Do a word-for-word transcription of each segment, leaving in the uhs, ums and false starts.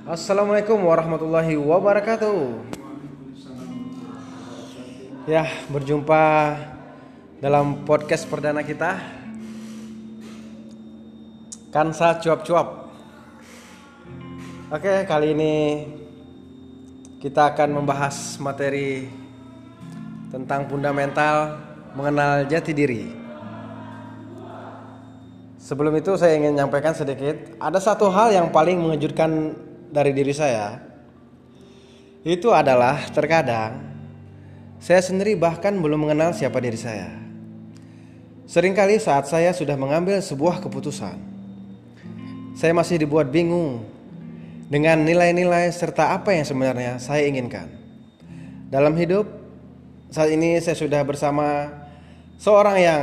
Assalamualaikum warahmatullahi wabarakatuh. Ya, berjumpa dalam podcast perdana kita, Kansa Cuap-Cuap. Oke, kali ini kita akan membahas materi tentang fundamental mengenal jati diri. Sebelum itu saya ingin menyampaikan sedikit, ada satu hal yang paling mengejutkan dari diri saya. Itu adalah terkadang saya sendiri bahkan belum mengenal siapa diri saya. Seringkali saat saya sudah mengambil sebuah keputusan, saya masih dibuat bingung dengan nilai-nilai serta apa yang sebenarnya saya inginkan. Dalam hidup, saat ini saya sudah bersama seorang yang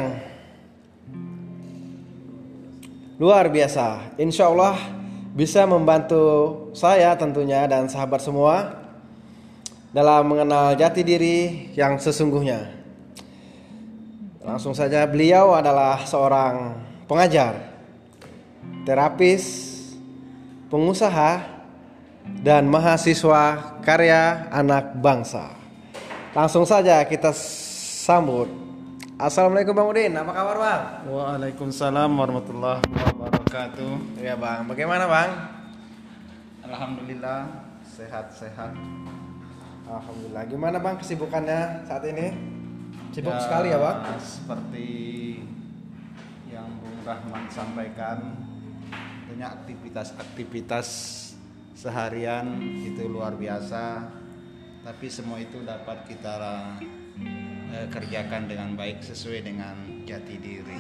luar biasa, insya Allah bisa membantu saya tentunya dan sahabat semua dalam mengenal jati diri yang sesungguhnya. Langsung saja, beliau adalah seorang pengajar, terapis, pengusaha, dan mahasiswa karya anak bangsa. Langsung saja kita sambut. Assalamualaikum Bang Udin, apa kabar Bang? Waalaikumsalam warahmatullahi wabarakatuh. Ya Bang, bagaimana Bang? Alhamdulillah sehat-sehat. Alhamdulillah. Gimana Bang kesibukannya saat ini? Sibuk Ya, sekali ya Bang? Seperti yang Bung Rahman sampaikan, tentunya aktivitas-aktivitas seharian itu luar biasa. Tapi semua itu dapat kita eh, kerjakan dengan baik sesuai dengan jati diri.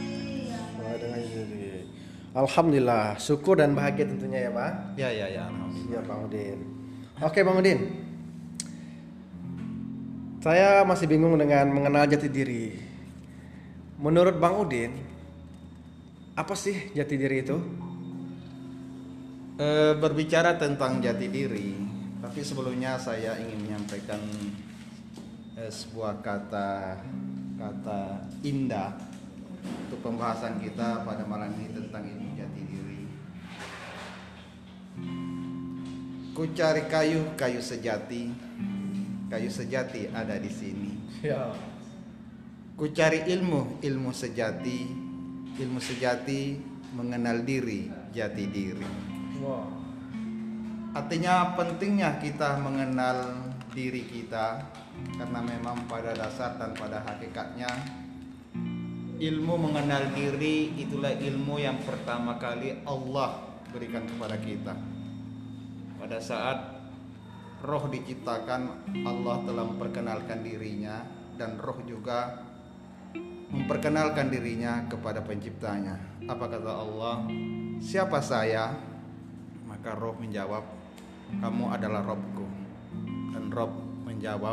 Alhamdulillah, syukur dan bahagia tentunya ya Bang. Ya ya ya. Alhamdulillah. Iya Bang Udin. Oke Bang Udin, saya masih bingung dengan mengenal jati diri. Menurut Bang Udin, apa sih jati diri itu? E, berbicara tentang jati diri, tapi sebelumnya saya ingin menyampaikan e, sebuah kata kata indah untuk pembahasan kita pada malam ini tentang ilmu jati diri. Ku cari kayu, kayu sejati, kayu sejati ada di sini. Ya. Ku cari ilmu, ilmu sejati, ilmu sejati mengenal diri, jati diri. Wow. Artinya pentingnya kita mengenal diri kita, karena memang pada dasar dan pada hakikatnya ilmu mengenal diri itulah ilmu yang pertama kali Allah berikan kepada kita. Pada saat roh diciptakan, Allah telah memperkenalkan dirinya, dan roh juga memperkenalkan dirinya kepada penciptanya. Apa kata Allah? Siapa saya? Maka roh menjawab, kamu adalah Robku. Dan Rob menjawab,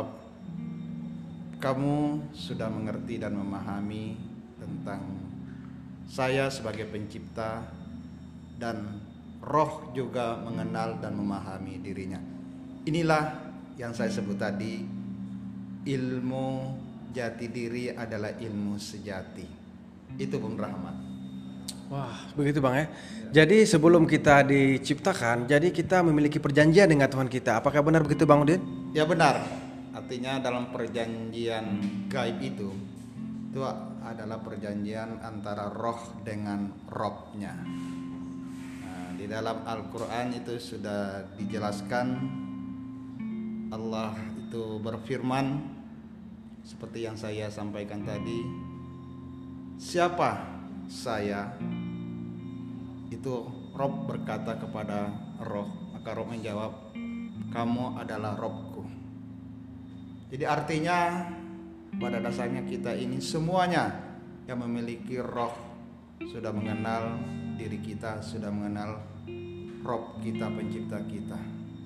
kamu sudah mengerti dan memahami tentang saya sebagai pencipta, dan roh juga mengenal dan memahami dirinya. Inilah yang saya sebut tadi, ilmu jati diri adalah ilmu sejati. Itu Bung Rahmat. Wah, begitu Bang ya. Jadi sebelum kita diciptakan, jadi kita memiliki perjanjian dengan Tuhan kita. Apakah benar begitu Bang Udin? Ya benar. Artinya dalam perjanjian gaib itu, itu adalah perjanjian antara roh dengan Robnya. Nah, di dalam Al-Quran itu sudah dijelaskan, Allah itu berfirman seperti yang saya sampaikan tadi, siapa saya? Itu Rob berkata kepada roh, maka roh menjawab, kamu adalah Robku. Jadi artinya pada dasarnya kita ini semuanya yang memiliki roh sudah mengenal diri kita, sudah mengenal Rob kita, pencipta kita.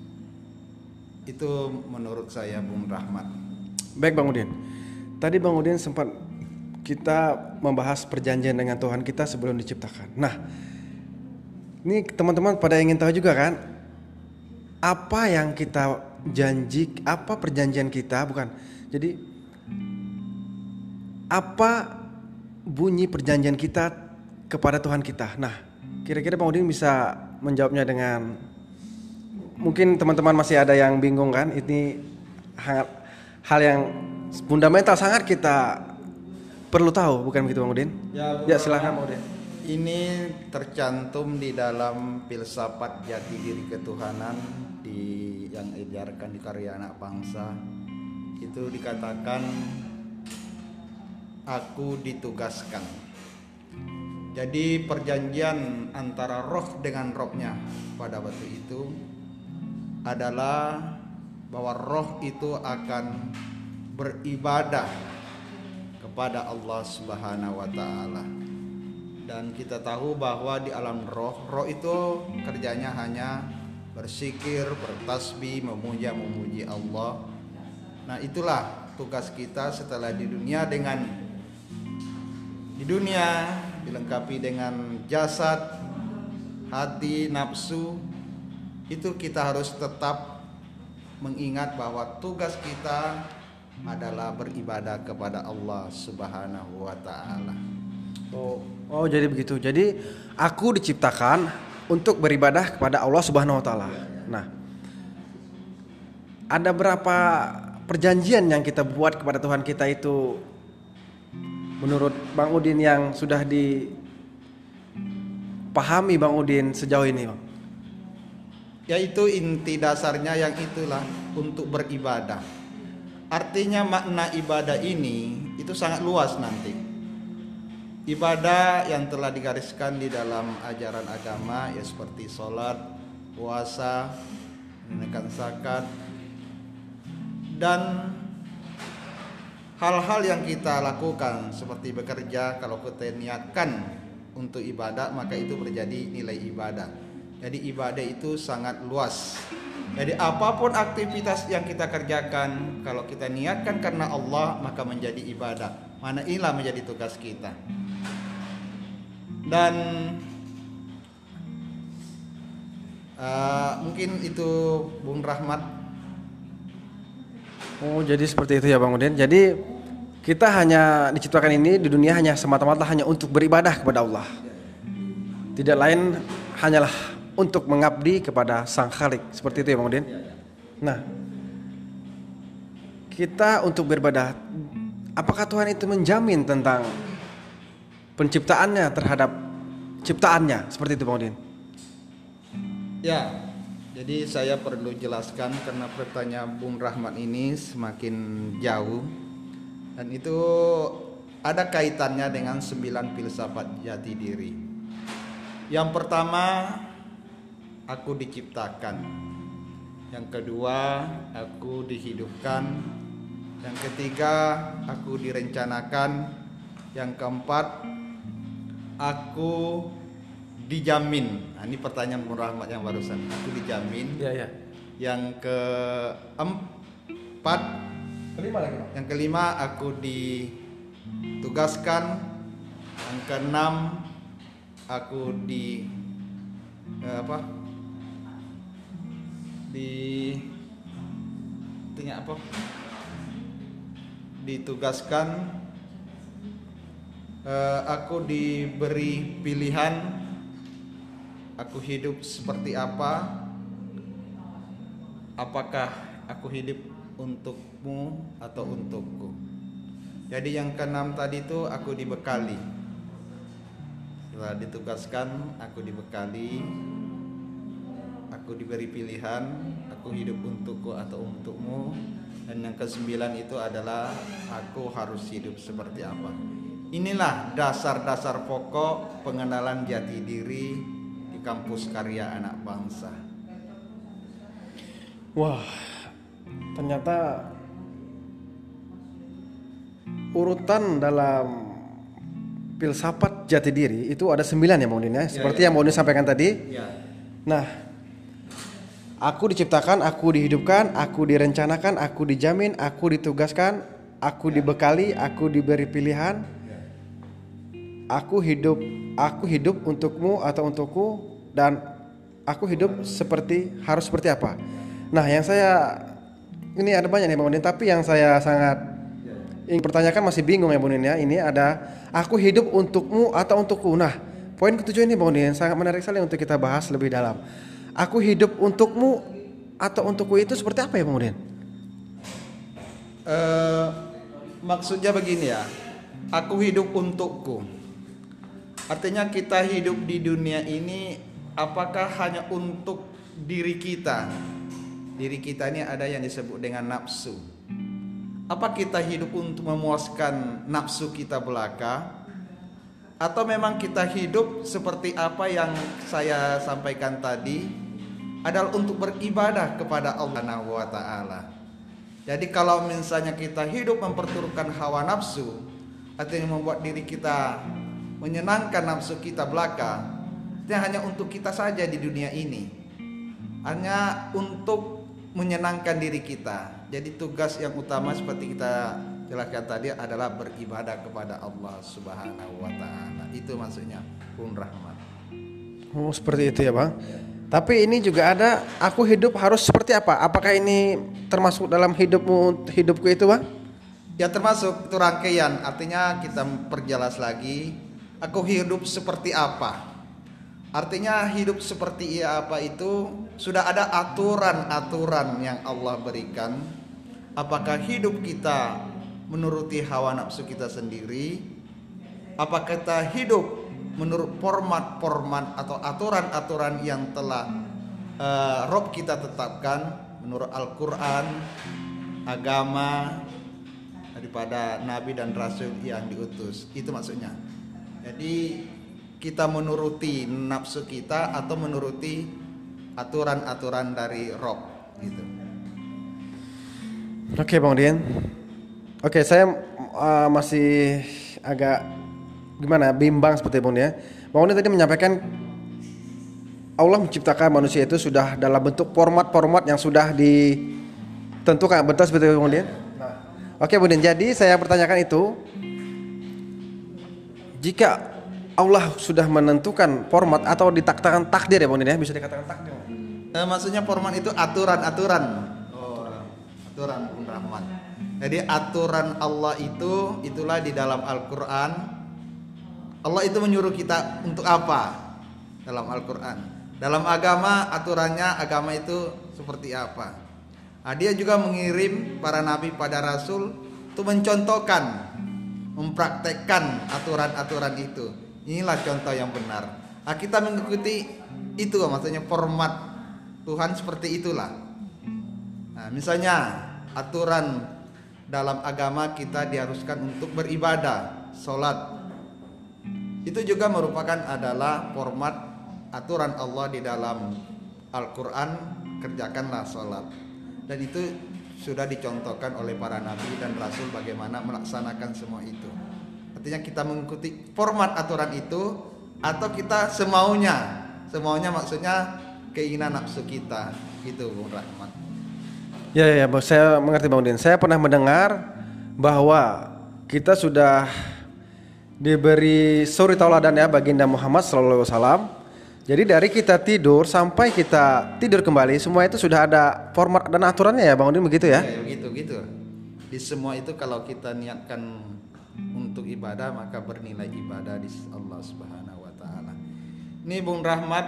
Itu menurut saya Bung Rahmat. Baik Bang Udin. Tadi Bang Udin sempat kita membahas perjanjian dengan Tuhan kita sebelum diciptakan. Nah, ini teman-teman pada ingin tahu juga kan, apa yang kita janji, apa perjanjian kita, bukan. Jadi apa bunyi perjanjian kita kepada Tuhan kita. Nah, kira-kira Bang Udin bisa menjawabnya dengan mungkin teman-teman masih ada yang bingung kan? Ini hal, hal yang fundamental sangat kita perlu tahu, bukan begitu Bang Udin? Ya, ya silakan Bang Udin. Ini tercantum di dalam filsafat jati diri ketuhanan di yang diajarkan di karya anak bangsa. Itu dikatakan aku ditugaskan. Jadi perjanjian antara roh dengan robnya pada waktu itu adalah bahwa roh itu akan beribadah kepada Allah Subhanahu wa taala. Dan kita tahu bahwa di alam roh, roh itu kerjanya hanya bersikir, bertasbih, memuja, memuji Allah. Nah, itulah tugas kita setelah di dunia dengan di dunia dilengkapi dengan jasad, hati, nafsu. Itu kita harus tetap mengingat bahwa tugas kita adalah beribadah kepada Allah Subhanahu wa taala. Oh, oh jadi begitu. Jadi aku diciptakan untuk beribadah kepada Allah Subhanahu wa taala. Nah, ada berapa perjanjian yang kita buat kepada Tuhan kita itu menurut Bang Udin yang sudah dipahami Bang Udin sejauh ini, Bang? Yaitu inti dasarnya yang itulah, untuk beribadah. Artinya makna ibadah ini itu sangat luas nanti. Ibadah yang telah digariskan di dalam ajaran agama ya seperti sholat, puasa, menunaikan zakat, dan hal-hal yang kita lakukan seperti bekerja. Kalau kita niatkan untuk ibadah maka itu menjadi nilai ibadah. Jadi ibadah itu sangat luas. Jadi apapun aktivitas yang kita kerjakan, kalau kita niatkan karena Allah maka menjadi ibadah. Mana inilah menjadi tugas kita. Dan uh, mungkin itu Bung Rahmat. Oh jadi seperti itu ya Bang Udin. Jadi kita hanya diciptakan ini di dunia hanya semata-mata hanya untuk beribadah kepada Allah. Tidak lain hanyalah untuk mengabdi kepada Sang Khalik. Seperti itu ya Bang Udin. Nah, kita untuk beribadah, apakah Tuhan itu menjamin tentang penciptaannya terhadap ciptaannya? Seperti itu Bang Udin. Ya, jadi saya perlu jelaskan karena pertanyaan Bung Rahmat ini semakin jauh. Dan itu ada kaitannya dengan sembilan filsafat jati diri. Yang pertama, aku diciptakan. Yang kedua, aku dihidupkan. Yang ketiga, aku direncanakan. Yang keempat, aku dijamin. Nah, ini pertanyaan Bung Rahmat yang barusan. Aku dijamin. Ya, ya. Yang keempat, kelima lagi Bang. Yang kelima, aku ditugaskan. Yang keenam, aku di eh, apa? Di artinya apa? Ditugaskan. Eh, aku diberi pilihan. Aku hidup seperti apa? Apakah aku hidup untukmu atau untukku? Jadi yang keenam tadi itu aku dibekali. Setelah ditugaskan, aku dibekali. Aku diberi pilihan, aku hidup untukku atau untukmu. Dan yang kesembilan itu adalah aku harus hidup seperti apa. Inilah dasar-dasar pokok pengenalan jati diri di kampus karya anak bangsa. Wah, ternyata urutan dalam filsafat jati diri itu ada sembilan ya Bang Udin ya. Seperti ya, ya. yang Bang Udin sampaikan tadi. Ya. Nah, aku diciptakan, aku dihidupkan, aku direncanakan, aku dijamin, aku ditugaskan, aku ya. dibekali, aku diberi pilihan. Ya. Aku hidup, aku hidup untukmu atau untukku, dan aku hidup seperti harus seperti apa. Nah, yang saya ini ada banyak nih Bang Udin, tapi yang saya sangat ingin pertanyakan masih bingung ya Bang Udin ya. Ini ada aku hidup untukmu atau untukku. Nah, poin ketujuh ini Bang Udin sangat menarik sekali untuk kita bahas lebih dalam. Aku hidup untukmu atau untukku itu seperti apa ya Bang Udin? Eh, maksudnya begini ya, aku hidup untukku. Artinya kita hidup di dunia ini apakah hanya untuk diri kita? Diri kita ini ada yang disebut dengan nafsu. Apa kita hidup untuk memuaskan nafsu kita belaka? Atau memang kita hidup seperti apa yang saya sampaikan tadi, adalah untuk beribadah kepada Allah Subhanahu wa taala. Jadi kalau misalnya kita hidup memperturutkan hawa nafsu, artinya membuat diri kita menyenangkan nafsu kita belaka, itu hanya untuk kita saja di dunia ini, hanya untuk menyenangkan diri kita. Jadi tugas yang utama seperti kita jelaskan tadi adalah beribadah kepada Allah Subhanahu wa taala. Itu maksudnya Bung Rahmat. Oh, seperti itu ya, Bang. Tapi ini juga ada, aku hidup harus seperti apa? Apakah ini termasuk dalam hidupmu, hidupku itu, Bang? Ya termasuk, itu rangkaian. Artinya kita perjelas lagi, aku hidup seperti apa? Artinya hidup seperti apa itu sudah ada aturan-aturan yang Allah berikan. Apakah hidup kita menuruti hawa nafsu kita sendiri? Apakah kita hidup menurut format-format atau aturan-aturan yang telah uh, Rob kita tetapkan menurut Al-Quran, agama daripada Nabi dan Rasul yang diutus? Itu maksudnya. Jadi kita menuruti nafsu kita atau menuruti aturan-aturan dari Rob gitu. Oke Bang Udin. Oke, saya uh, masih agak gimana bimbang seperti Bang Udin ya. Bang Udin tadi menyampaikan Allah menciptakan manusia itu sudah dalam bentuk format-format yang sudah ditentukan, betul seperti itu Bang Udin? Oke Bang Udin, jadi saya pertanyakan itu, jika Allah sudah menentukan format atau ditakdirkan takdir ya Bang Udin ya, bisa dikatakan takdir. Eh, maksudnya format itu aturan-aturan. Oh, aturan Bung Rahman. Jadi aturan Allah itu itulah di dalam Al-Quran. Allah itu menyuruh kita untuk apa dalam Al-Quran. Dalam agama aturannya agama itu seperti apa. Nah, dia juga mengirim para nabi pada rasul untuk mencontohkan, mempraktekkan aturan-aturan itu. Inilah contoh yang benar. Nah, kita mengikuti itu, maksudnya format Tuhan seperti itulah. Nah, misalnya aturan dalam agama kita diharuskan untuk beribadah, sholat. Itu juga merupakan adalah format aturan Allah di dalam Al-Quran, kerjakanlah sholat. Dan itu sudah dicontohkan oleh para nabi dan rasul bagaimana melaksanakan semua itu. Artinya kita mengikuti format aturan itu atau kita semaunya. Semaunya maksudnya keinginan nafsu kita. Gitu Bung Rahmat. Ya ya, ya saya mengerti Bang Udin. Saya pernah mendengar bahwa kita sudah diberi suri tauladan ya baginda Muhammad shallallahu alaihi wasallam. Jadi dari kita tidur sampai kita tidur kembali, semua itu sudah ada format dan aturannya ya Bang Udin, begitu ya? Ya begitu gitu. Di semua itu kalau kita niatkan untuk ibadah maka bernilai ibadah di Allah Subhanahu wa taala. Ini Bung Rahmat,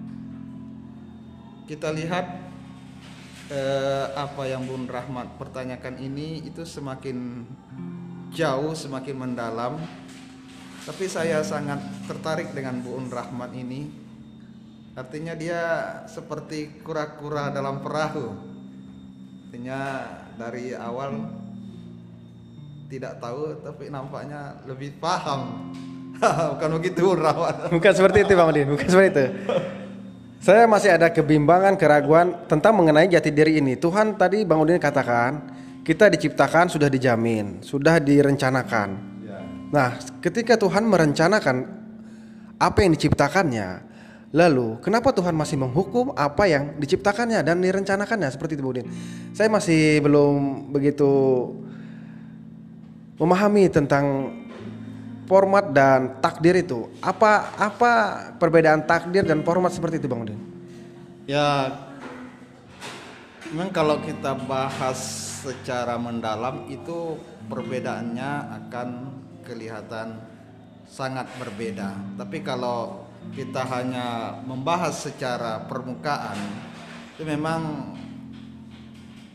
kita lihat eh, apa yang Bung Rahmat pertanyakan ini itu semakin jauh, semakin mendalam. Tapi saya sangat tertarik dengan Bung Rahmat ini. Artinya dia seperti kura-kura dalam perahu. Artinya dari awal tidak tahu tapi nampaknya lebih paham. Bukan begitu Bung Rahmat? Bukan seperti itu Bang Udin, bukan seperti itu. Saya masih ada kebimbangan, keraguan tentang mengenai jati diri ini. Tuhan tadi Bang Udin katakan, kita diciptakan sudah dijamin, sudah direncanakan. Ya. Nah, ketika Tuhan merencanakan apa yang diciptakannya, lalu kenapa Tuhan masih menghukum apa yang diciptakannya dan direncanakannya seperti itu Bang Udin? Saya masih belum begitu memahami tentang format dan takdir itu. Apa apa perbedaan takdir dan format seperti itu Bang Udin? Ya, memang kalau kita bahas secara mendalam itu perbedaannya akan kelihatan sangat berbeda. Tapi kalau kita hanya membahas secara permukaan, itu memang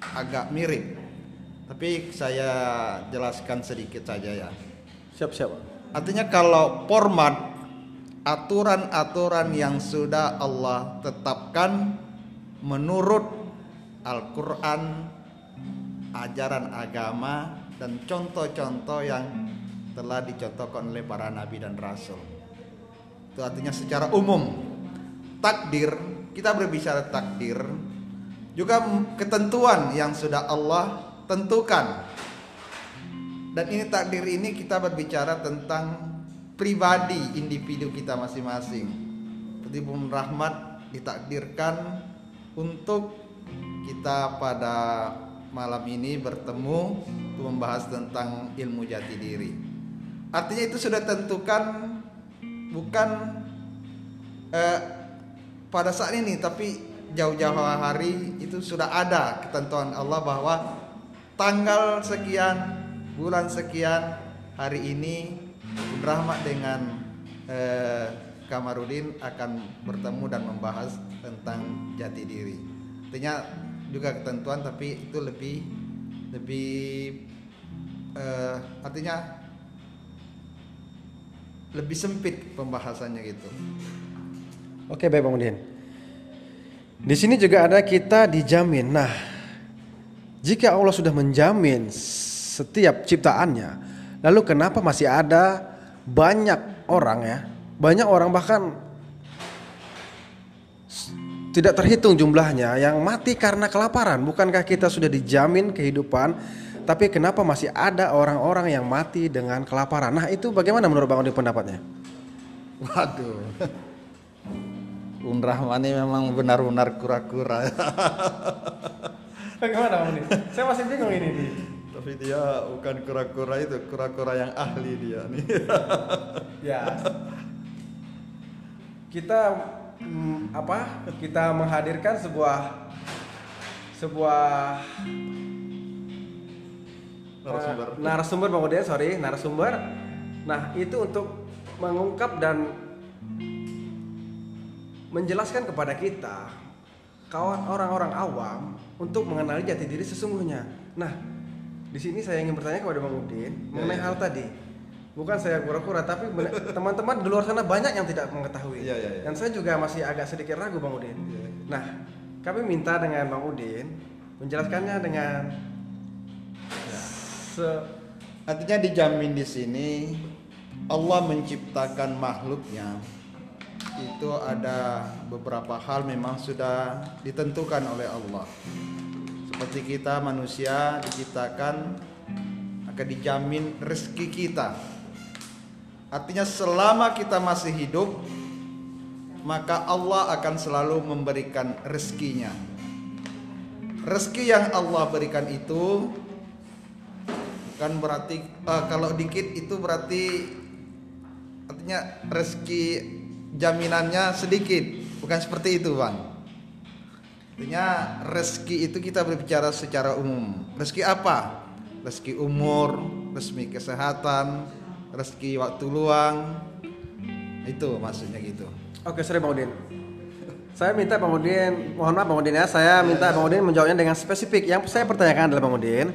agak mirip. Tapi saya jelaskan sedikit saja ya. Siap-siap. Artinya kalau format aturan-aturan yang sudah Allah tetapkan menurut Al-Quran, ajaran agama, dan contoh-contoh yang telah dicontohkan oleh para nabi dan rasul. Itu artinya secara umum. Takdir, kita berbicara takdir, juga ketentuan yang sudah Allah tentukan. Dan ini takdir ini kita berbicara tentang pribadi individu kita masing-masing. Seperti Bung Rahmat ditakdirkan untuk kita pada malam ini bertemu untuk membahas tentang ilmu jati diri. Artinya itu sudah tentukan, bukan eh, pada saat ini, tapi jauh-jauh hari itu sudah ada ketentuan Allah bahwa tanggal sekian, bulan sekian, hari ini Bung Rahmat dengan eh, Kamarudin akan bertemu dan membahas tentang jati diri. Artinya juga ketentuan, tapi itu lebih lebih eh, artinya lebih sempit pembahasannya gitu. Oke, baik Bang Udin. Di sini juga ada kita dijamin. Nah, jika Allah sudah menjamin setiap ciptaannya, lalu kenapa masih ada banyak orang ya, banyak orang bahkan tidak terhitung jumlahnya yang mati karena kelaparan? Bukankah kita sudah dijamin kehidupan, tapi kenapa masih ada orang-orang yang mati dengan kelaparan? Nah, itu bagaimana menurut Bang Udin pendapatnya? Waduh, Bung Rahman ini memang benar-benar kura-kura. Bagaimana Bang Udin? Saya masih bingung ini nih. Tapi dia bukan kura-kura itu, kura-kura yang ahli dia nih. Ya, kita hmm, apa? Kita menghadirkan sebuah sebuah Narasumber. uh, narasumber Bang Udin, sorry, narasumber. Nah, itu untuk mengungkap dan menjelaskan kepada kita, kawan orang-orang awam, untuk mengenali jati diri sesungguhnya. Nah, di sini saya ingin bertanya kepada Bang Udin mengenai ya, hal tadi. Bukan saya kura-kura, tapi teman-teman di luar sana banyak yang tidak mengetahui. Ya, ya, ya. Dan saya juga masih agak sedikit ragu Bang Udin. Ya. Nah, kami minta dengan Bang Udin menjelaskannya dengan Ya. se Artinya dijamin di sini Allah menciptakan makhluknya itu ada beberapa hal memang sudah ditentukan oleh Allah. Seperti kita manusia diciptakan akan dijamin rezeki kita. Artinya selama kita masih hidup, maka Allah akan selalu memberikan rezekinya. Rezeki yang Allah berikan itu bukan berarti uh, kalau dikit itu berarti artinya rezeki jaminannya sedikit, bukan seperti itu Bang. Artinya rezeki itu kita berbicara secara umum. Rezeki apa? Rezeki umur, rezeki kesehatan, rezeki waktu luang. Itu maksudnya gitu. Oke, sorry Bang Udin. Saya minta Bang Udin, mohon maaf Bang Udin ya, saya minta Bang Udin menjawabnya dengan spesifik. Yang saya pertanyakan adalah Bang Udin,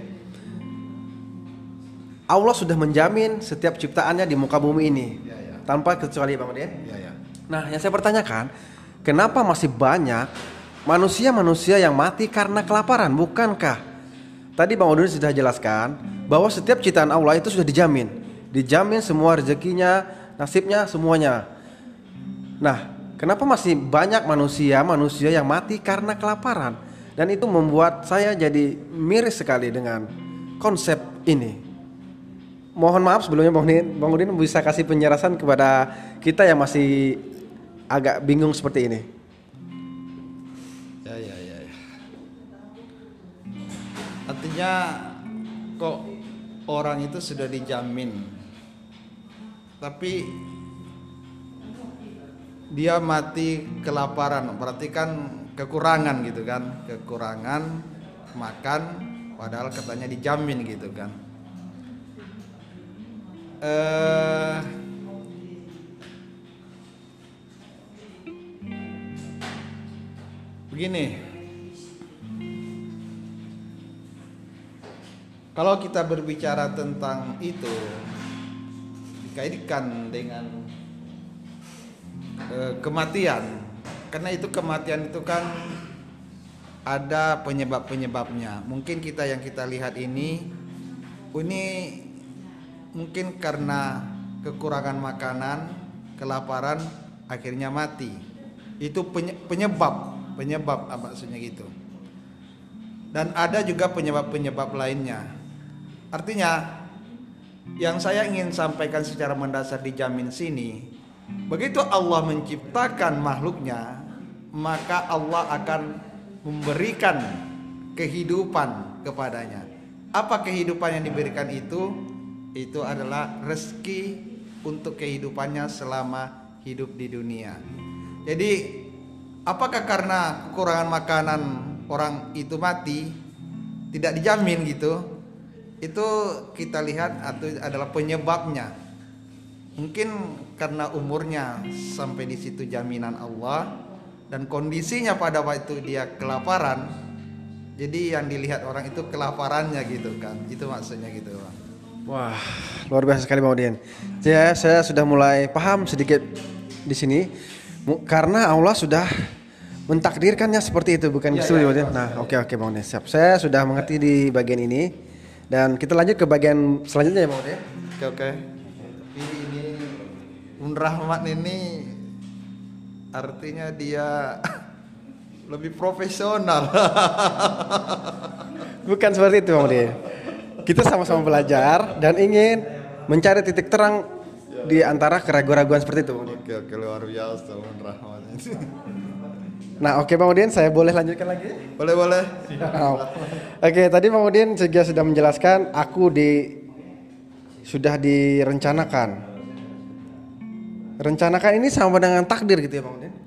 Allah sudah menjamin setiap ciptaannya di muka bumi ini, Ya, ya. tanpa kecuali Bang Udin. Ya, ya. Nah, yang saya pertanyakan, kenapa masih banyak manusia-manusia yang mati karena kelaparan? Bukankah tadi Bang Udin sudah jelaskan bahwa setiap ciptaan Allah itu sudah dijamin, dijamin semua rezekinya, nasibnya, semuanya. Nah, kenapa masih banyak manusia-manusia yang mati karena kelaparan? Dan itu membuat saya jadi miris sekali dengan konsep ini. Mohon maaf sebelumnya Bang Udin, Bang Udin bisa kasih penjelasan kepada kita yang masih agak bingung seperti ini. Ya, ya, ya, ya. Artinya kok orang itu sudah dijamin, tapi dia mati kelaparan, berarti kan kekurangan gitu kan, kekurangan makan, padahal katanya dijamin gitu kan. Eh, begini, Kalau kita berbicara tentang itu dikaitkan dengan eh, kematian, karena itu kematian itu kan ada penyebab-penyebabnya. Mungkin kita yang kita lihat ini ini mungkin karena kekurangan makanan, kelaparan, akhirnya mati. Itu penyebab, penyebab apa maksudnya gitu. Dan ada juga penyebab-penyebab lainnya. Artinya yang saya ingin sampaikan secara mendasar di Jamin sini, begitu Allah menciptakan makhluknya, maka Allah akan memberikan kehidupan kepadanya. Apa kehidupan yang diberikan itu? Itu adalah rezeki untuk kehidupannya selama hidup di dunia. Jadi apakah karena kekurangan makanan orang itu mati? Tidak dijamin gitu. Itu kita lihat atau adalah penyebabnya. Mungkin karena umurnya sampai di situ jaminan Allah, dan kondisinya pada waktu dia kelaparan. Jadi yang dilihat orang itu kelaparannya gitu kan. Itu maksudnya gitu, Bang. Wah, luar biasa sekali Bang Udin. Ya, saya sudah mulai paham sedikit di sini karena Allah sudah mentakdirkannya seperti itu, bukan ya, justru ya, Bang Udin. Nah, oke oke Bang Udin, siap. Saya sudah mengerti di bagian ini dan kita lanjut ke bagian selanjutnya ya Bang Udin. Oke oke. Ini ini Bun Rahmat ini artinya dia lebih profesional. Bukan seperti itu Bang Udin. Kita sama-sama belajar dan ingin mencari titik terang di antara keraguan-keraguan seperti itu Bang Udin. Oke oke, luar biasa Bun Rahmat. Nah oke Bang Udin, saya boleh lanjutkan lagi? Boleh boleh. Oh. Oke, tadi Bang Udin juga sudah menjelaskan aku di sudah direncanakan. Rencanakan ini sama dengan takdir gitu ya Bang Udin?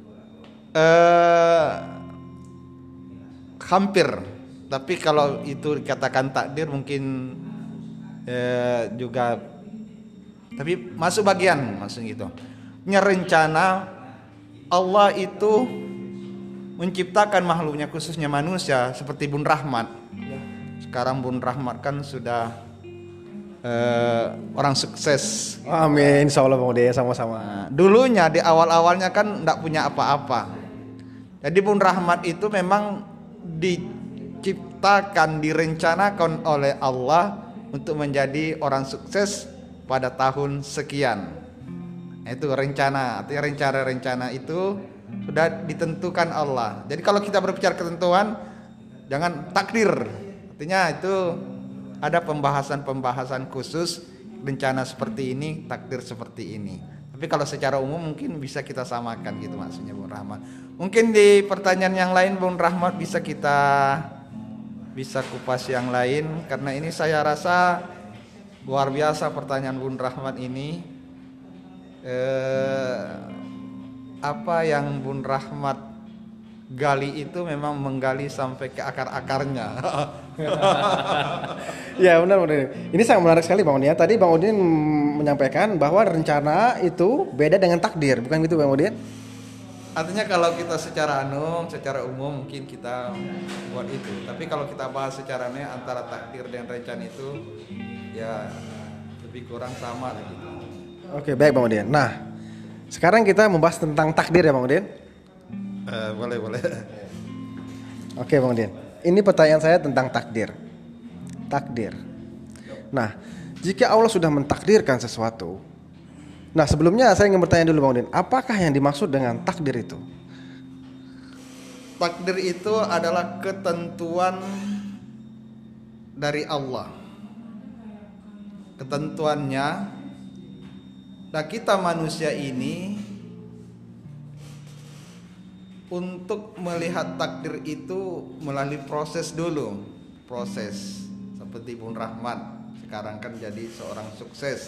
Eh, hampir. Tapi kalau itu dikatakan takdir mungkin eh, juga, tapi masuk bagian maksudnya gitu. Rencana Allah itu menciptakan makhluknya khususnya manusia seperti Bun Rahmat. Sekarang Bun Rahmat kan sudah eh, orang sukses. Amin, insya Allah Bang Udin, sama-sama. Nah, dulunya di awal-awalnya kan tidak punya apa-apa. Jadi Bun Rahmat itu memang diciptakan, direncanakan oleh Allah untuk menjadi orang sukses pada tahun sekian. Itu rencana, artinya rencana-rencana itu sudah ditentukan Allah. Jadi kalau kita berbicara ketentuan, jangan takdir. Artinya itu ada pembahasan-pembahasan khusus, rencana seperti ini, takdir seperti ini. Tapi kalau secara umum mungkin bisa kita samakan gitu maksudnya Bun Rahmat. Mungkin di pertanyaan yang lain Bun Rahmat bisa kita bisa kupas yang lain, karena ini saya rasa luar biasa pertanyaan Bun Rahmat ini. Eh, apa yang Bun Rahmat gali itu memang menggali sampai ke akar-akarnya. Ya benar Bang Udin. Ini sangat menarik sekali Bang Udin ya. Tadi Bang Udin menyampaikan bahwa rencana itu beda dengan takdir, bukan gitu Bang Udin? Artinya kalau kita secara anu, secara umum mungkin kita buat itu. Tapi kalau kita bahas secara anu antara takdir dan rencana itu ya lebih kurang sama gitu. Oke, baik Bang Udin. Nah, sekarang kita membahas tentang takdir ya Bang Udin? Uh, boleh boleh. Oke Bang Udin. Ini pertanyaan saya tentang takdir. Takdir. Nah, jika Allah sudah mentakdirkan sesuatu, nah sebelumnya saya ingin bertanya dulu Bang Udin, apakah yang dimaksud dengan takdir itu? Takdir itu adalah ketentuan dari Allah. Ketentuannya, nah kita manusia ini untuk melihat takdir itu melalui proses dulu. Proses seperti Bun Rahmat sekarang kan jadi seorang sukses.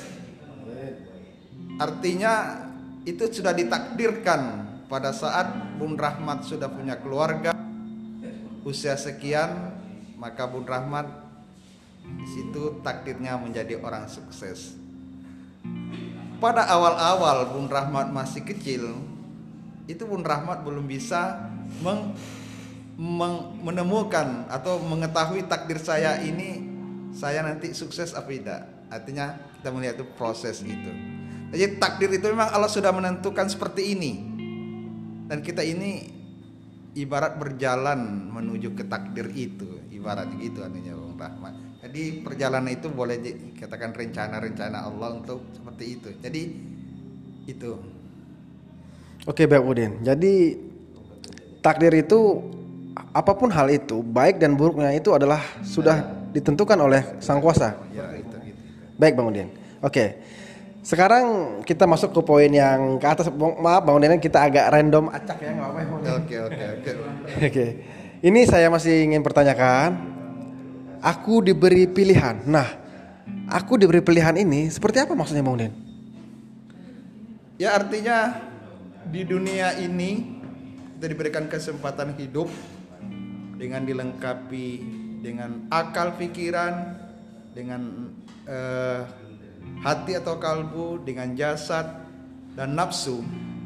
Artinya itu sudah ditakdirkan pada saat Bun Rahmat sudah punya keluarga, usia sekian, maka Bun Rahmat di situ takdirnya menjadi orang sukses. Pada awal-awal Bun Rahmat masih kecil, itu Bun Rahmat belum bisa meng, meng, menemukan atau mengetahui takdir saya ini saya nanti sukses apa tidak. Artinya kita melihat itu proses itu. Jadi takdir itu memang Allah sudah menentukan seperti ini. Dan kita ini ibarat berjalan menuju ke takdir itu, ibarat gitu artinya Bung Rahmat. Jadi perjalanan itu boleh dikatakan rencana-rencana Allah untuk seperti itu. Jadi itu. Oke, Bang Udin. Jadi takdir itu apapun hal itu, baik dan buruknya itu adalah sudah ditentukan oleh Sang Kuasa. Ya, itu gitu. Baik, Bang Udin. Oke. Sekarang kita masuk ke poin yang ke atas. Maaf Bang Udin, kita agak random acak ya, enggak apa-apa ya, Bang Udin. Oke, oke, oke. Oke. Ini saya masih ingin pertanyakan. Aku diberi pilihan. Nah, aku diberi pilihan ini seperti apa maksudnya, Bang Udin? Ya, artinya di dunia ini kita diberikan kesempatan hidup dengan dilengkapi dengan akal pikiran, dengan eh, hati atau kalbu, dengan jasad dan nafsu.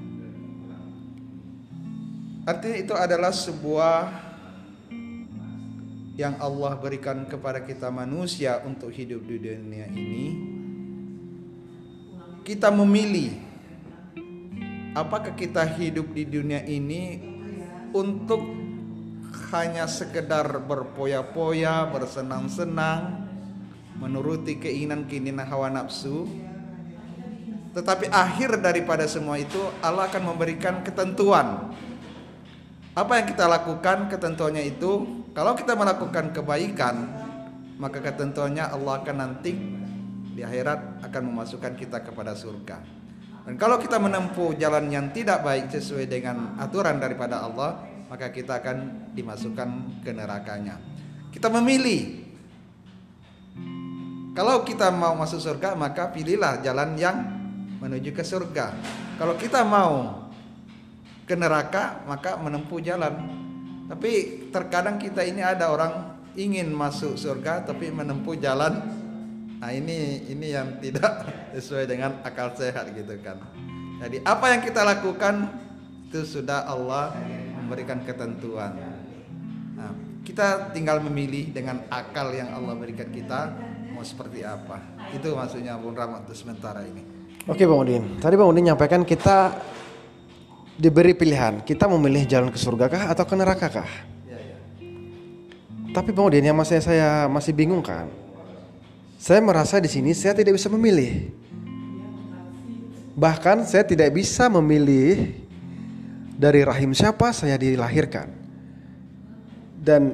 Artinya itu adalah sebuah yang Allah berikan kepada kita manusia untuk hidup di dunia ini. Kita memilih apakah kita hidup di dunia ini untuk hanya sekedar berpoya-poya, bersenang-senang, menuruti keinginan-keinginan hawa nafsu. Tetapi akhir daripada semua itu Allah akan memberikan ketentuan. Apa yang kita lakukan, ketentuannya itu, kalau kita melakukan kebaikan, maka ketentuannya Allah akan nanti di akhirat akan memasukkan kita kepada surga. Dan kalau kita menempuh jalan yang tidak baik sesuai dengan aturan daripada Allah, maka kita akan dimasukkan ke nerakanya. Kita memilih. Kalau kita mau masuk surga, maka pilihlah jalan yang menuju ke surga. Kalau kita mau ke neraka, maka menempuh jalan. Tapi terkadang kita ini ada orang ingin masuk surga tapi menempuh jalan. Nah, ini ini yang tidak sesuai dengan akal sehat gitu kan. Jadi apa yang kita lakukan itu sudah Allah memberikan ketentuan. Nah, kita tinggal memilih dengan akal yang Allah berikan kita mau seperti apa. Itu maksudnya Bung Rahmat untuk sementara ini. Oke Bang Udin, tadi Bang Udin nyampaikan kita diberi pilihan, kita memilih jalan ke surga kah atau ke neraka kah? Ya, ya. Tapi Bang Udin, yang masih saya masih bingung kan, saya merasa di sini saya tidak bisa memilih. Bahkan saya tidak bisa memilih dari rahim siapa saya dilahirkan dan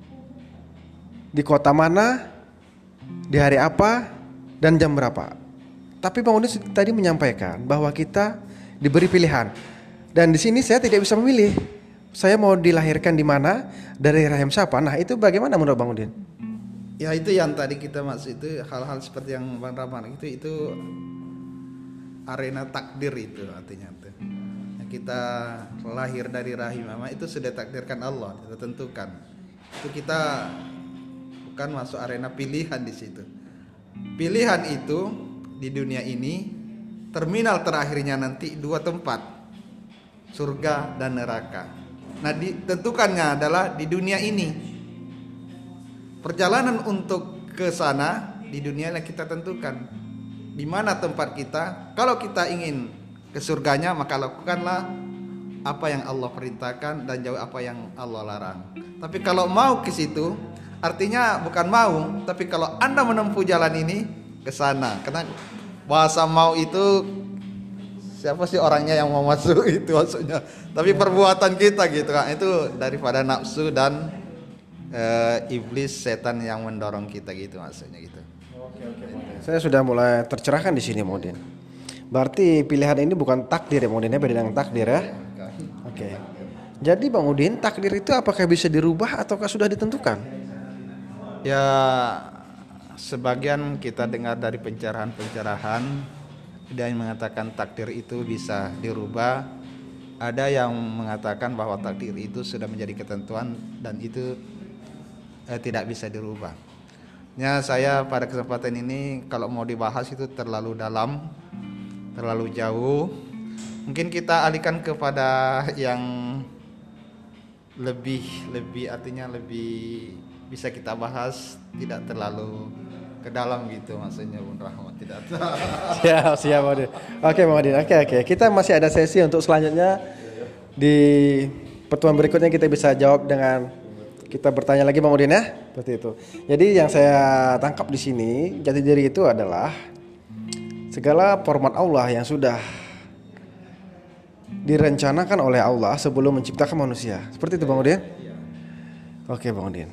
di kota mana, di hari apa, dan jam berapa. Tapi Bang Udin tadi menyampaikan bahwa kita diberi pilihan. Dan di sini saya tidak bisa memilih. Saya mau dilahirkan di mana, dari rahim siapa. Nah, itu bagaimana menurut Bang Udin? Ya, itu yang tadi kita maksud, itu hal-hal seperti yang Bang Rahman itu itu arena takdir itu artinya itu. Kita lahir dari rahim mama itu sudah takdirkan Allah, sudah tentukan. Itu kita bukan masuk arena pilihan di situ. Pilihan itu di dunia ini terminal terakhirnya nanti dua tempat, surga dan neraka. Nah, ditentukannya adalah di dunia ini. Perjalanan untuk ke sana di dunia yang kita tentukan. Di mana tempat kita? Kalau kita ingin ke surganya, maka lakukanlah apa yang Allah perintahkan dan jauh apa yang Allah larang. Tapi kalau mau ke situ, artinya bukan mau, tapi kalau Anda menempuh jalan ini ke sana. Karena bahasa mau itu siapa sih orangnya yang mau masuk itu maksudnya. Tapi perbuatan kita gitu kan, itu daripada nafsu dan e, iblis setan yang mendorong kita gitu maksudnya gitu. Oke, oke, saya sudah mulai tercerahkan di sini, Modin. Berarti pilihan ini bukan takdir ya, Modin, beda dengan takdir ya. Oke. Jadi Bang Udin, takdir itu apakah bisa dirubah ataukah sudah ditentukan? Ya, sebagian kita dengar dari pencerahan-pencerahan ada yang mengatakan takdir itu bisa dirubah, ada yang mengatakan bahwa takdir itu sudah menjadi ketentuan dan itu eh, tidak bisa dirubah. Ya, saya pada kesempatan ini kalau mau dibahas itu terlalu dalam, terlalu jauh. Mungkin kita alihkan kepada yang lebih lebih artinya lebih bisa kita bahas, tidak terlalu ke dalam gitu maksudnya Bung Rahmat, tidak. Siap, siap Bang Udin. Oke Bang Udin, oke oke. Kita masih ada sesi untuk selanjutnya. Di pertemuan berikutnya kita bisa jawab dengan kita bertanya lagi Bang Udin ya, seperti itu. Jadi yang saya tangkap di sini, jati diri itu adalah segala format Allah yang sudah direncanakan oleh Allah sebelum menciptakan manusia. Seperti itu Bang Udin? Oke Bang Udin.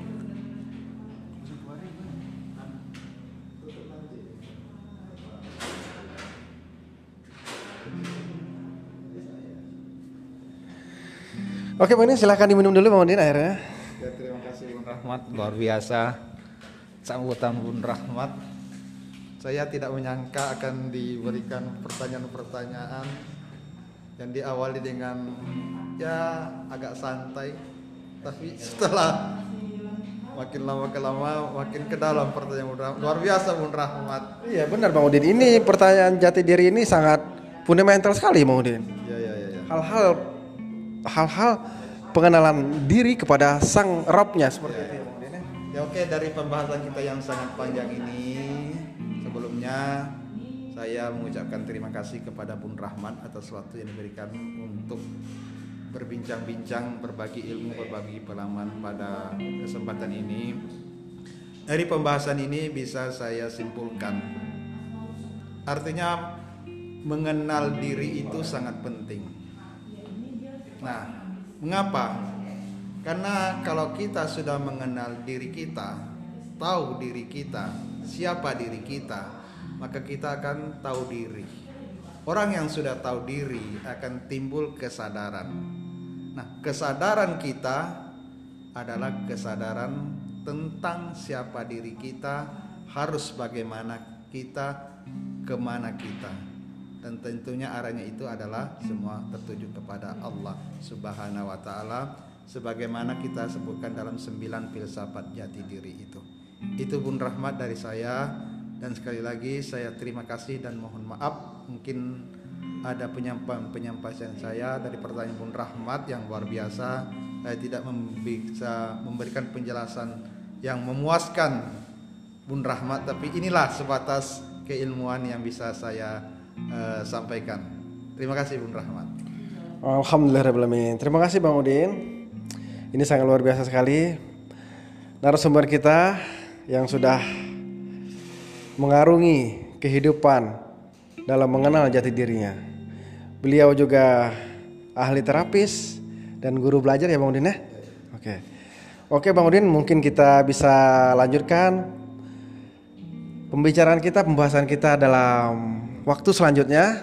Oke Bang Udin, silahkan diminum dulu Bang Udin akhirnya. Ya, terima kasih Bung Rahmat, luar biasa sambutan Bung Rahmat. Saya tidak menyangka akan diberikan pertanyaan-pertanyaan yang diawali dengan ya agak santai, tapi setelah makin lama ke lama makin ke dalam pertanyaan Bung Rahmat. Luar biasa Bung Rahmat. Iya benar Bang Udin, ini pertanyaan jati diri ini sangat fundamental sekali Bang Udin. Ya, ya, ya, ya. Hal-hal hal-hal pengenalan diri kepada sang Rabb-nya seperti Ya, itu ya Bang Udin. Ya oke, dari pembahasan kita yang sangat panjang ini, sebelumnya saya mengucapkan terima kasih kepada Bung Rahmat atas waktu yang diberikan untuk berbincang-bincang, berbagi ilmu, berbagi pengalaman pada kesempatan ini. Dari pembahasan ini bisa saya simpulkan, artinya mengenal diri itu sangat penting. Nah, mengapa? Karena kalau kita sudah mengenal diri kita, tahu diri kita, siapa diri kita, maka kita akan tahu diri. Orang yang sudah tahu diri akan timbul kesadaran. Nah, kesadaran kita adalah kesadaran tentang siapa diri kita, harus bagaimana kita, kemana kita. Dan tentunya arahnya itu adalah semua tertuju kepada Allah Subhanahu wa Ta'ala, sebagaimana kita sebutkan dalam sembilan filsafat jati diri itu. Itu Bung Rahmat dari saya, dan sekali lagi saya terima kasih dan mohon maaf mungkin ada penyampaian-penyampaian saya dari pertanyaan Bung Rahmat yang luar biasa. Saya tidak bisa memberikan penjelasan yang memuaskan Bung Rahmat, tapi inilah sebatas keilmuan yang bisa saya Uh, sampaikan. Terima kasih Bung Rahmat. Alhamdulillahirrahmanirrahim. Terima kasih Bang Udin. Ini sangat luar biasa sekali narasumber kita yang sudah mengarungi kehidupan dalam mengenal jati dirinya. Beliau juga ahli terapis dan guru belajar ya Bang Udin ya. Oke. Oke Bang Udin, mungkin kita bisa lanjutkan pembicaraan kita, pembahasan kita dalam waktu selanjutnya.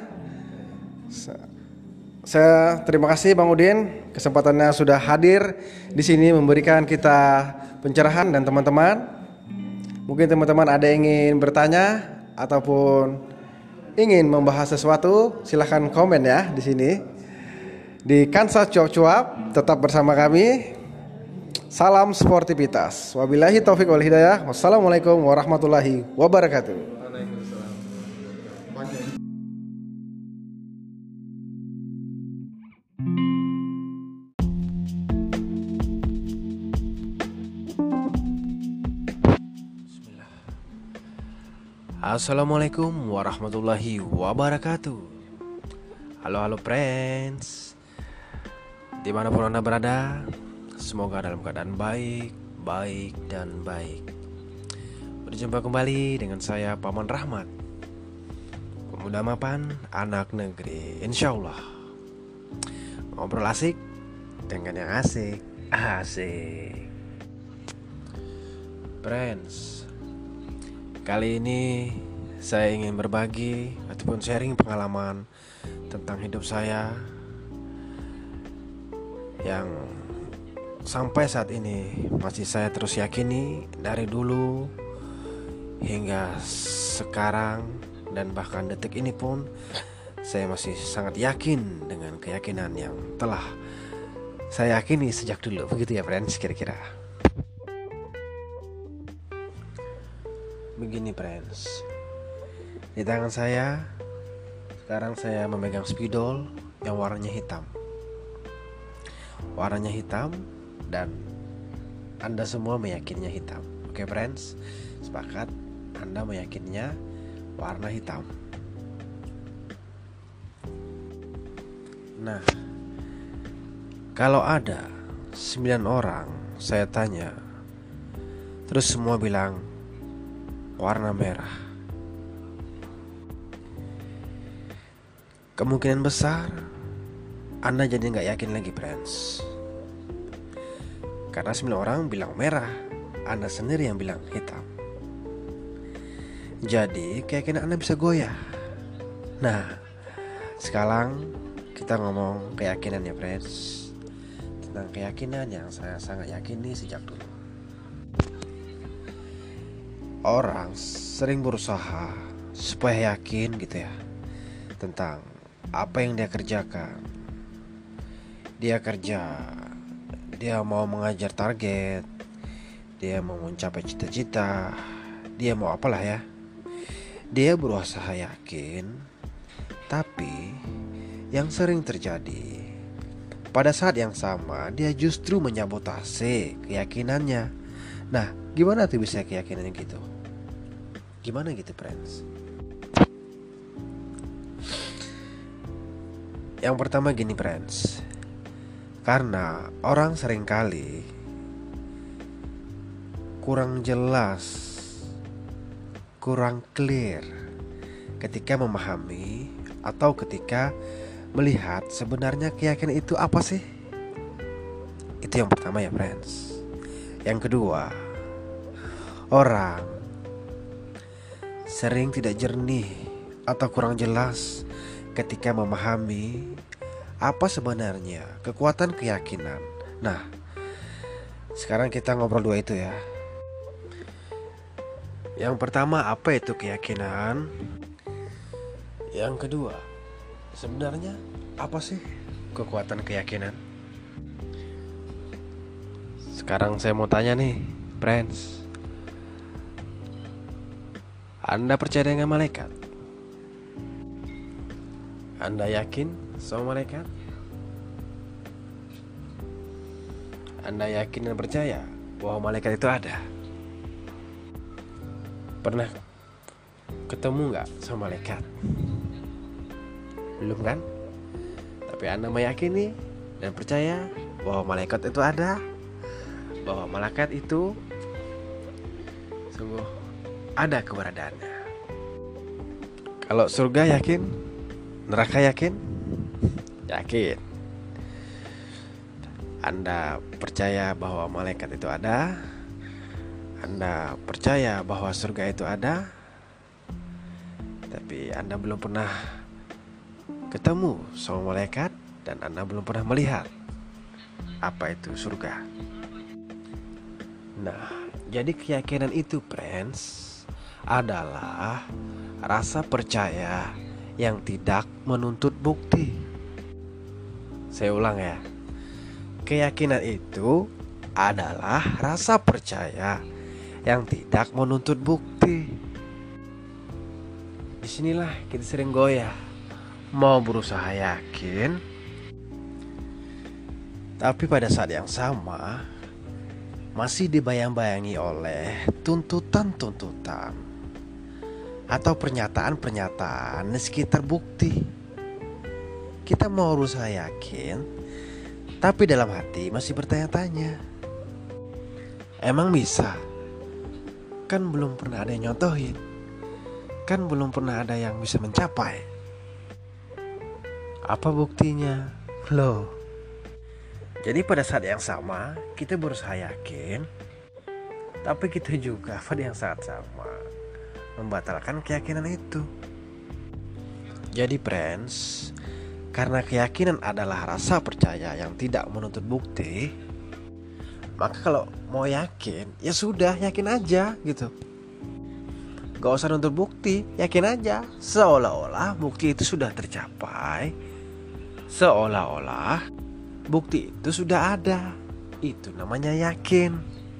Saya terima kasih Bang Udin, kesempatannya sudah hadir di sini memberikan kita pencerahan, dan teman-teman, mungkin teman-teman ada yang ingin bertanya ataupun ingin membahas sesuatu, silahkan komen ya di sini di Kansa Cuap-Cuap. Tetap bersama kami. Salam sportivitas. Wabillahi taufik wal hidayah. Wassalamualaikum warahmatullahi wabarakatuh. Assalamualaikum warahmatullahi wabarakatuh. Halo halo friends, dimanapun anda berada, semoga dalam keadaan baik, baik dan baik. Berjumpa kembali dengan saya Paman Rahmat, pemuda mapan anak negeri. Insya Allah ngobrol asik dengan yang asik, asik. Friends, kali ini saya ingin berbagi ataupun sharing pengalaman tentang hidup saya yang sampai saat ini masih saya terus yakini dari dulu hingga sekarang, dan bahkan detik ini pun saya masih sangat yakin dengan keyakinan yang telah saya yakini sejak dulu. Begitu ya friends, kira-kira. Begini friends, di tangan saya sekarang saya memegang spidol yang warnanya hitam. Warnanya hitam dan Anda semua meyakininya hitam. Oke friends, sepakat Anda meyakininya warna hitam. Nah, kalau ada sembilan orang saya tanya, terus semua bilang warna merah, kemungkinan besar Anda jadi gak yakin lagi friends. Karena sembilan orang bilang merah, Anda sendiri yang bilang hitam. Jadi keyakinan Anda bisa goyah. Nah, sekarang kita ngomong keyakinan ya friends. Tentang keyakinan yang saya sangat yakini sejak dulu. Orang sering berusaha supaya yakin gitu ya tentang apa yang dia kerjakan. Dia kerja, dia mau mengajar target, dia mau mencapai cita-cita, dia mau apalah ya. Dia berusaha yakin, tapi yang sering terjadi pada saat yang sama dia justru menyabotase keyakinannya. Nah, gimana tuh bisa keyakinannya gitu? Gimana gitu friends? Yang pertama gini friends, karena orang seringkali kurang jelas, kurang clear ketika memahami atau ketika melihat sebenarnya keyakinan itu apa sih. Itu yang pertama ya friends. Yang kedua, orang sering tidak jernih atau kurang jelas ketika memahami apa sebenarnya kekuatan keyakinan. Nah, sekarang kita ngobrol dua itu ya. Yang pertama, apa itu keyakinan? Yang kedua, sebenarnya apa sih kekuatan keyakinan? Sekarang saya mau tanya nih, friends. Anda percaya dengan malaikat? Anda yakin sama malaikat? Anda yakin dan percaya bahwa malaikat itu ada? Pernah ketemu gak sama malaikat? Belum kan? Tapi Anda meyakini dan percaya bahwa malaikat itu ada, bahwa malaikat itu sungguh ada keberadaannya. Kalau surga yakin? Neraka yakin? Yakin. Anda percaya bahwa malaikat itu ada, Anda percaya bahwa surga itu ada, tapi Anda belum pernah ketemu sama malaikat dan Anda belum pernah melihat apa itu surga. Nah, jadi keyakinan itu friends adalah rasa percaya yang tidak menuntut bukti. Saya ulang ya. Keyakinan itu adalah rasa percaya yang tidak menuntut bukti. Disinilah kita sering goyah, mau berusaha yakin, tapi pada saat yang sama masih dibayang-bayangi oleh tuntutan-tuntutan atau pernyataan-pernyataan di sekitar bukti. Kita mau berusaha yakin, tapi dalam hati masih bertanya-tanya, emang bisa? Kan belum pernah ada yang nyontohin, kan belum pernah ada yang bisa mencapai. Apa buktinya? Loh. Jadi pada saat yang sama kita berusaha yakin, tapi kita juga pada yang saat sama membatalkan keyakinan itu. Jadi friends, karena keyakinan adalah rasa percaya yang tidak menuntut bukti, maka kalau mau yakin, ya sudah yakin aja gitu. Gak usah nuntut bukti, yakin aja. Seolah-olah bukti itu sudah tercapai, seolah-olah bukti itu sudah ada. Itu namanya yakin.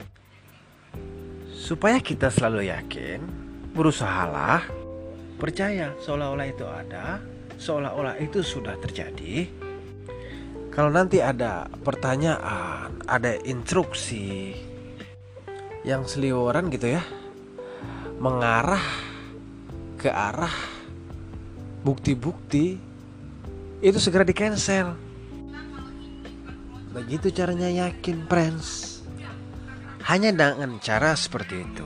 Supaya kita selalu yakin, berusahalah percaya seolah-olah itu ada, seolah-olah itu sudah terjadi. Kalau nanti ada pertanyaan, ada instruksi, yang seliweran gitu ya, mengarah ke arah bukti-bukti, itu segera di cancel. Begitu caranya yakin, friends. Hanya dengan cara seperti itu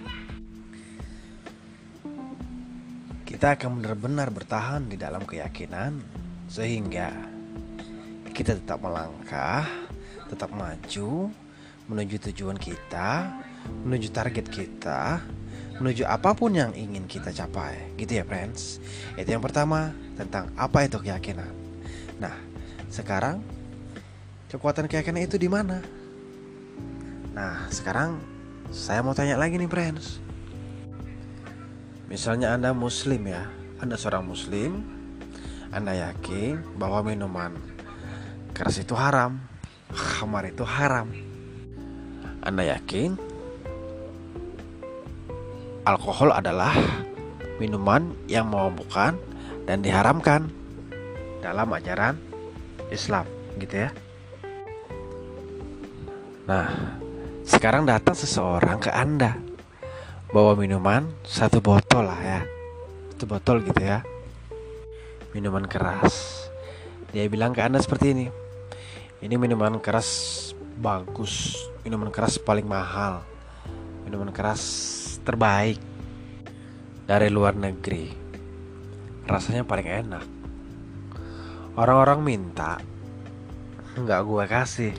kita akan benar-benar bertahan di dalam keyakinan, sehingga kita tetap melangkah, tetap maju menuju tujuan kita, menuju target kita, menuju apapun yang ingin kita capai, gitu ya friends. Itu yang pertama, tentang apa itu keyakinan. Nah, sekarang kekuatan keyakinan itu di mana? Nah, sekarang saya mau tanya lagi nih friends. Misalnya Anda muslim ya, Anda seorang muslim, Anda yakin bahwa minuman keras itu haram, khamar itu haram. Anda yakin alkohol adalah minuman yang memabukkan dan diharamkan dalam ajaran Islam, gitu ya. Nah, sekarang datang seseorang ke Anda bawa minuman satu botol lah ya, satu botol gitu ya, minuman keras. Dia bilang ke Anda seperti ini, ini minuman keras bagus, minuman keras paling mahal, minuman keras terbaik dari luar negeri, rasanya paling enak. Orang-orang minta, nggak gue kasih,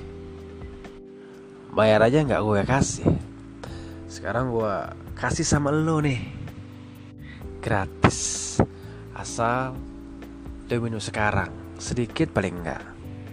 bayar aja nggak gue kasih. Sekarang gue kasih sama lo nih, gratis, asal lo minum sekarang, sedikit paling enggak.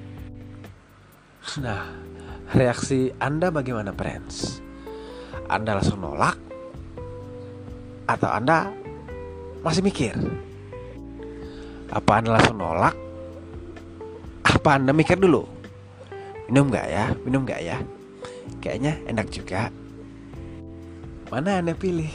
Nah, reaksi Anda bagaimana friends? Anda langsung nolak? Atau Anda masih mikir? Apa Anda langsung nolak? Apa Anda mikir dulu? Minum gak ya? Minum gak ya? Kayaknya enak juga. Mana Anda pilih?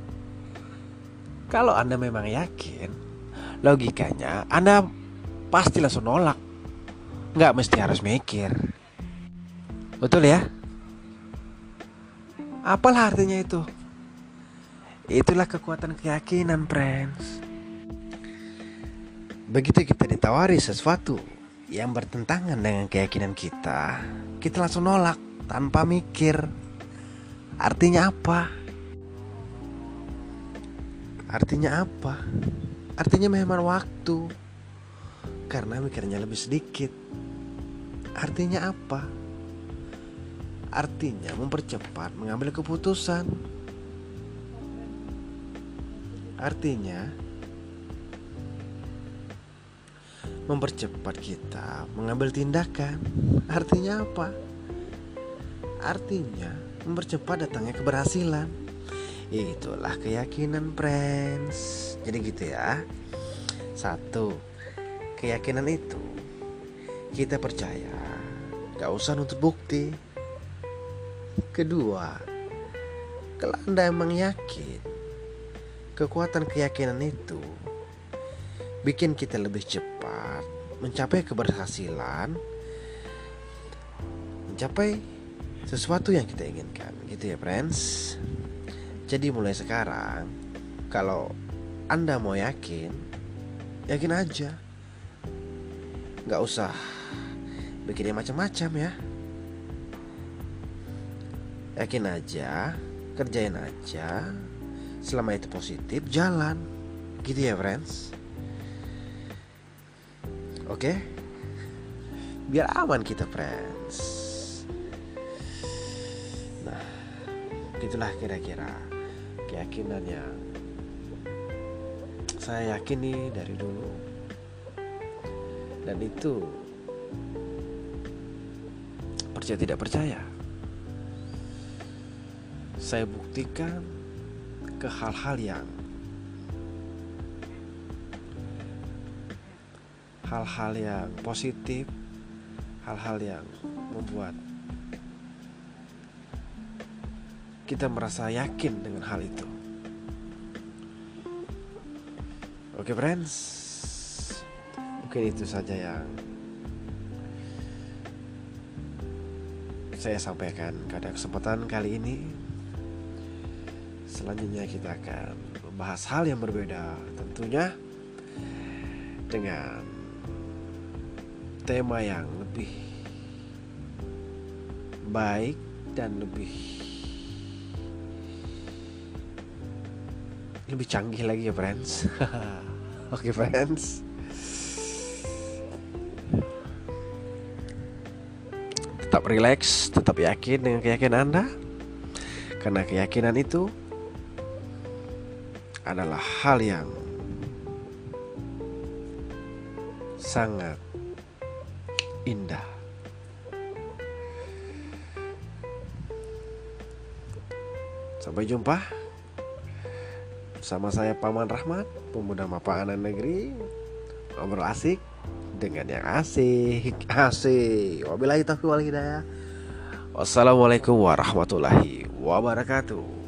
Kalau Anda memang yakin, logikanya Anda pasti langsung nolak, gak mesti harus mikir. Betul ya? Apalah artinya itu? Itulah kekuatan keyakinan, friends. Begitu kita ditawari sesuatu yang bertentangan dengan keyakinan kita, kita langsung nolak tanpa mikir. Artinya apa? Artinya apa? Artinya menghemat waktu, karena mikirnya lebih sedikit. Artinya apa? Artinya mempercepat mengambil keputusan. Artinya mempercepat kita mengambil tindakan. Artinya apa? Artinya mempercepat datangnya keberhasilan. Itulah keyakinan, friends. Jadi gitu ya. Satu, keyakinan itu kita percaya, gak usah nuntut bukti. Kedua, kalau Anda emang yakin, kekuatan keyakinan itu bikin kita lebih cepat mencapai keberhasilan, mencapai sesuatu yang kita inginkan, gitu ya friends. Jadi mulai sekarang, kalau Anda mau yakin, yakin aja, gak usah bikinnya macam-macam ya. Yakin aja, kerjain aja, selama itu positif, jalan, gitu ya friends. Oke, biar aman kita, friends. Nah, itulah kira-kira keyakinan yang saya yakini dari dulu, dan itu percaya tidak percaya, saya buktikan ke hal-hal yang hal-hal yang positif, hal-hal yang membuat kita merasa yakin dengan hal itu. Oke friends, mungkin itu saja yang saya sampaikan pada kesempatan kali ini. selanjutnya kita akan membahas hal yang berbeda, tentunya dengan tema yang lebih baik dan lebih lebih canggih lagi ya friends. Oke friends, tetap relax, tetap yakin dengan keyakinan Anda, karena keyakinan itu adalah hal yang sangat indah. Sampai jumpa bersama saya Paman Rahmat, pemuda Mapangan Negeri, ngobrol asik dengan yang asik. Asik. Wabillahi taufiq wal hidayah. Wassalamualaikum warahmatullahi wabarakatuh.